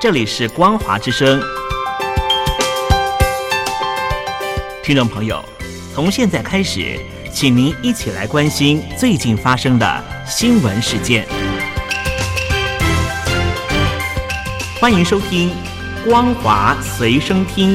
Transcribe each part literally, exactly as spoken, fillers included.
这里是光华之声。听众朋友，从现在开始，请您一起来关心最近发生的新闻事件。欢迎收听光华随声听。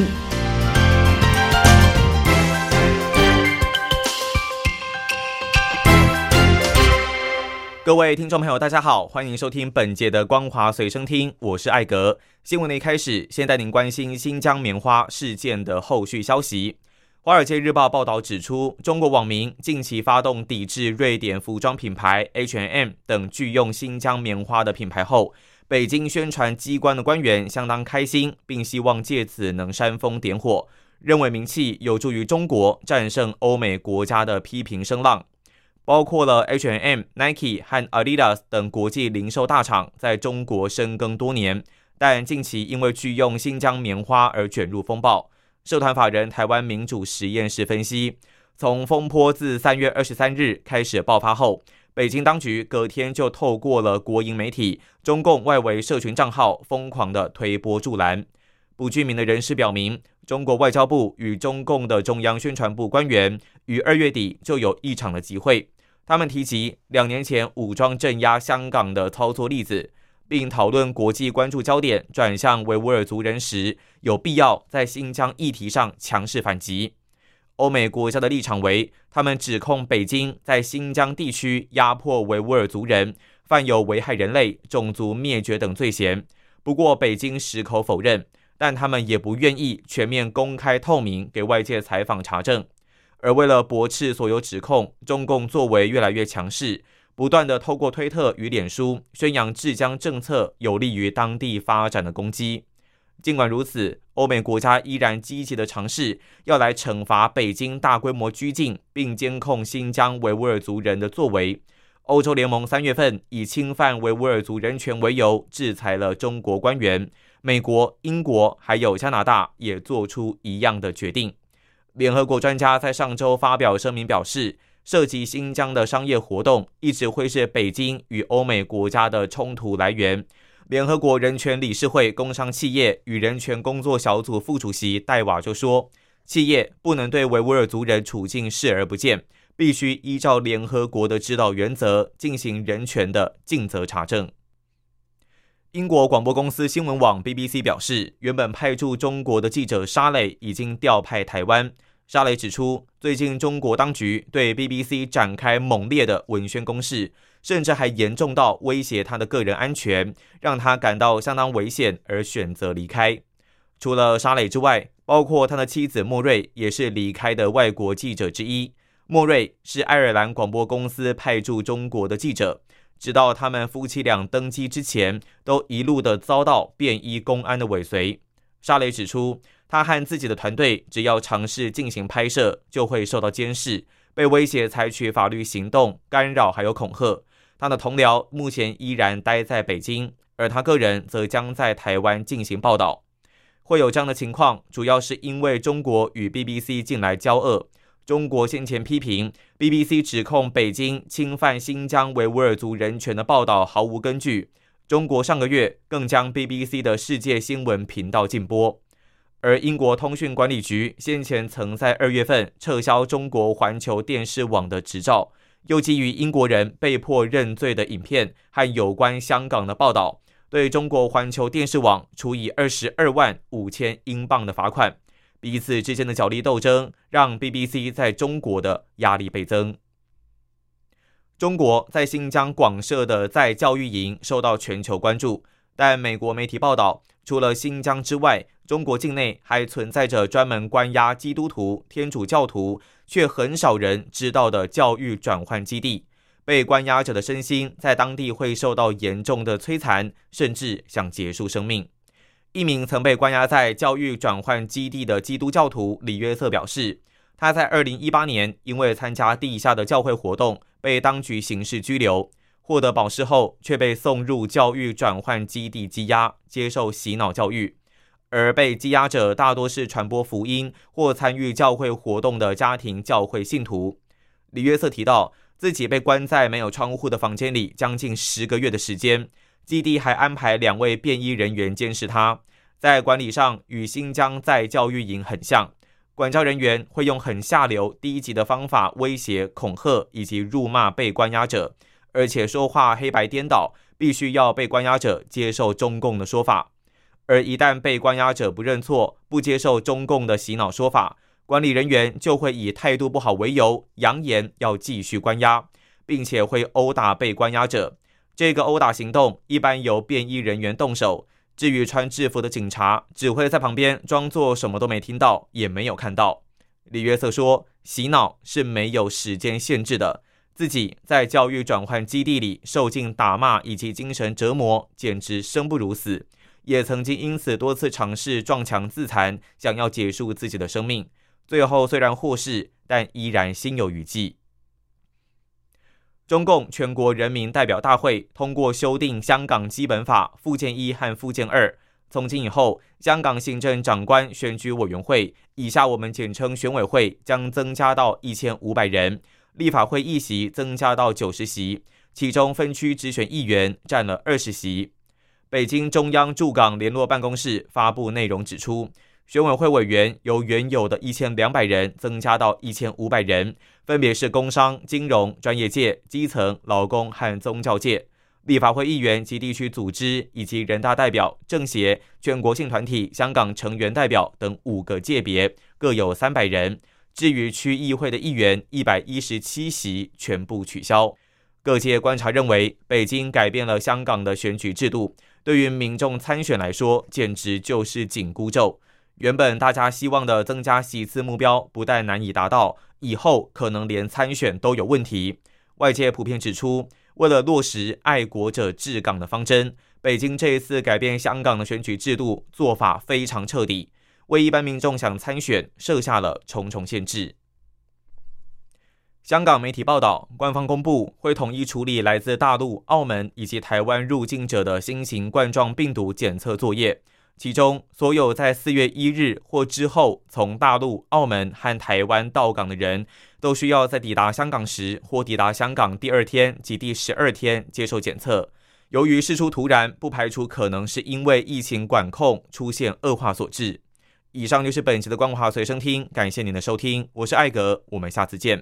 各位听众朋友大家好，欢迎收听本节的光华随声听，我是艾格。新闻的一开始，先带您关心新疆棉花事件的后续消息。华尔街日报报道指出，中国网民近期发动抵制瑞典服装品牌 H and M 等拒用新疆棉花的品牌后，北京宣传机关的官员相当开心，并希望借此能煽风点火，认为名气有助于中国战胜欧美国家的批评声浪。包括了 H and M、Nike 和 Adidas 等国际零售大厂在中国深耕多年，但近期因为拒用新疆棉花而卷入风暴。社团法人台湾民主实验室分析，从风波自三月二十三日开始爆发后，北京当局隔天就透过了国营媒体、中共外围社群账号疯狂的推波助澜。不具名的人士表明，中国外交部与中共的中央宣传部官员于二月底就有一场的集会。他们提及两年前武装镇压香港的操作例子，并讨论国际关注焦点转向维吾尔族人时，有必要在新疆议题上强势反击。欧美国家的立场为，他们指控北京在新疆地区压迫维吾尔族人，犯有危害人类、种族灭绝等罪嫌。不过北京矢口否认，但他们也不愿意全面公开透明给外界采访查证。而为了驳斥所有指控，中共作为越来越强势，不断的透过推特与脸书宣扬治疆政策有利于当地发展的攻击。尽管如此，欧美国家依然积极的尝试要来惩罚北京大规模拘禁并监控新疆维吾尔族人的作为。欧洲联盟三月份以侵犯维吾尔族人权为由制裁了中国官员，美国、英国还有加拿大也做出一样的决定。联合国专家在上周发表声明表示，涉及新疆的商业活动一直会是北京与欧美国家的冲突来源。联合国人权理事会工商企业与人权工作小组副主席戴瓦就说，企业不能对维吾尔族人处境视而不见，必须依照联合国的指导原则进行人权的尽责查证。英国广播公司新闻网 B B C 表示，原本派驻中国的记者沙磊已经调派台湾。沙磊指出，最近中国当局对 B B C 展开猛烈的文宣攻势，甚至还严重到威胁他的个人安全，让他感到相当危险而选择离开。除了沙磊之外，包括他的妻子莫瑞也是离开的外国记者之一。莫瑞是爱尔兰广播公司派驻中国的记者，直到他们夫妻俩登机之前，都一路的遭到便衣公安的尾随。沙磊指出，他和自己的团队只要尝试进行拍摄，就会受到监视，被威胁采取法律行动、干扰还有恐吓。他的同僚目前依然待在北京，而他个人则将在台湾进行报道。会有这样的情况，主要是因为中国与 B B C 近来交恶。中国先前批评 B B C 指控北京侵犯新疆维吾尔族人权的报道毫无根据。中国上个月更将 B B C 的世界新闻频道禁播。而英国通讯管理局先前曾在二月份撤销中国环球电视网的执照，又基于英国人被迫认罪的影片和有关香港的报道，对中国环球电视网处以二十二万五千英镑的罚款。彼此之间的角力斗争让 B B C 在中国的压力倍增。中国在新疆广设的再教育营受到全球关注，但美国媒体报道，除了新疆之外，中国境内还存在着专门关押基督徒、天主教徒，却很少人知道的教育转换基地。被关押者的身心在当地会受到严重的摧残，甚至想结束生命。一名曾被关押在教育转换基地的基督教徒李约瑟表示，他在二零一八年因为参加地下的教会活动被当局刑事拘留，获得保释后却被送入教育转换基地羁押，接受洗脑教育。而被羁押者大多是传播福音或参与教会活动的家庭教会信徒。李约瑟提到，自己被关在没有窗户的房间里将近十个月的时间， 基地还安排两位便衣人员监视他，在管理上与新疆在教育营很像。管教人员会用很下流、低级的方法威胁、恐吓以及辱骂被关押者，而且说话黑白颠倒，必须要被关押者接受中共的说法。而一旦被关押者不认错、不接受中共的洗脑说法，管理人员就会以态度不好为由，扬言要继续关押，并且会殴打被关押者。这个殴打行动一般由便衣人员动手，至于穿制服的警察，只会在旁边装作什么都没听到，也没有看到。李约瑟说，洗脑是没有时间限制的，自己在教育转换基地里受尽打骂以及精神折磨，简直生不如死，也曾经因此多次尝试撞墙自残，想要结束自己的生命。最后虽然获释，但依然心有余悸。中共全国人民代表大会通过修订香港基本法附件一和附件二，从今以后，香港行政长官选举委员会（以下我们简称选委会）将增加到一千五百人，立法会议席增加到九十席，其中分区直选议员占了二十席。北京中央驻港联络办公室发布内容指出，选委会委员由原有的一千两百人增加到一千五百人，分别是工商、金融、专业界、基层、劳工和宗教界。立法会议员及地区组织以及人大代表、政协、全国性团体、香港成员代表等五个界别各有三百人。至于区议会的议员一百一十七席全部取消。各界观察认为，北京改变了香港的选举制度，对于民众参选来说，简直就是紧箍咒。原本大家希望的增加席次目标不但难以达到，以后可能连参选都有问题。外界普遍指出，为了落实爱国者治港的方针，北京这一次改变香港的选举制度做法非常彻底，为一般民众想参选设下了重重限制。香港媒体报道，官方公布会统一处理来自大陆、澳门以及台湾入境者的新型冠状病毒检测作业。其中，所有在四月一日或之后从大陆、澳门和台湾到港的人，都需要在抵达香港时或抵达香港第二天及第十二天接受检测。由于事出突然，不排除可能是因为疫情管控出现恶化所致。以上就是本期的光华随身听，感谢您的收听，我是艾格，我们下次见。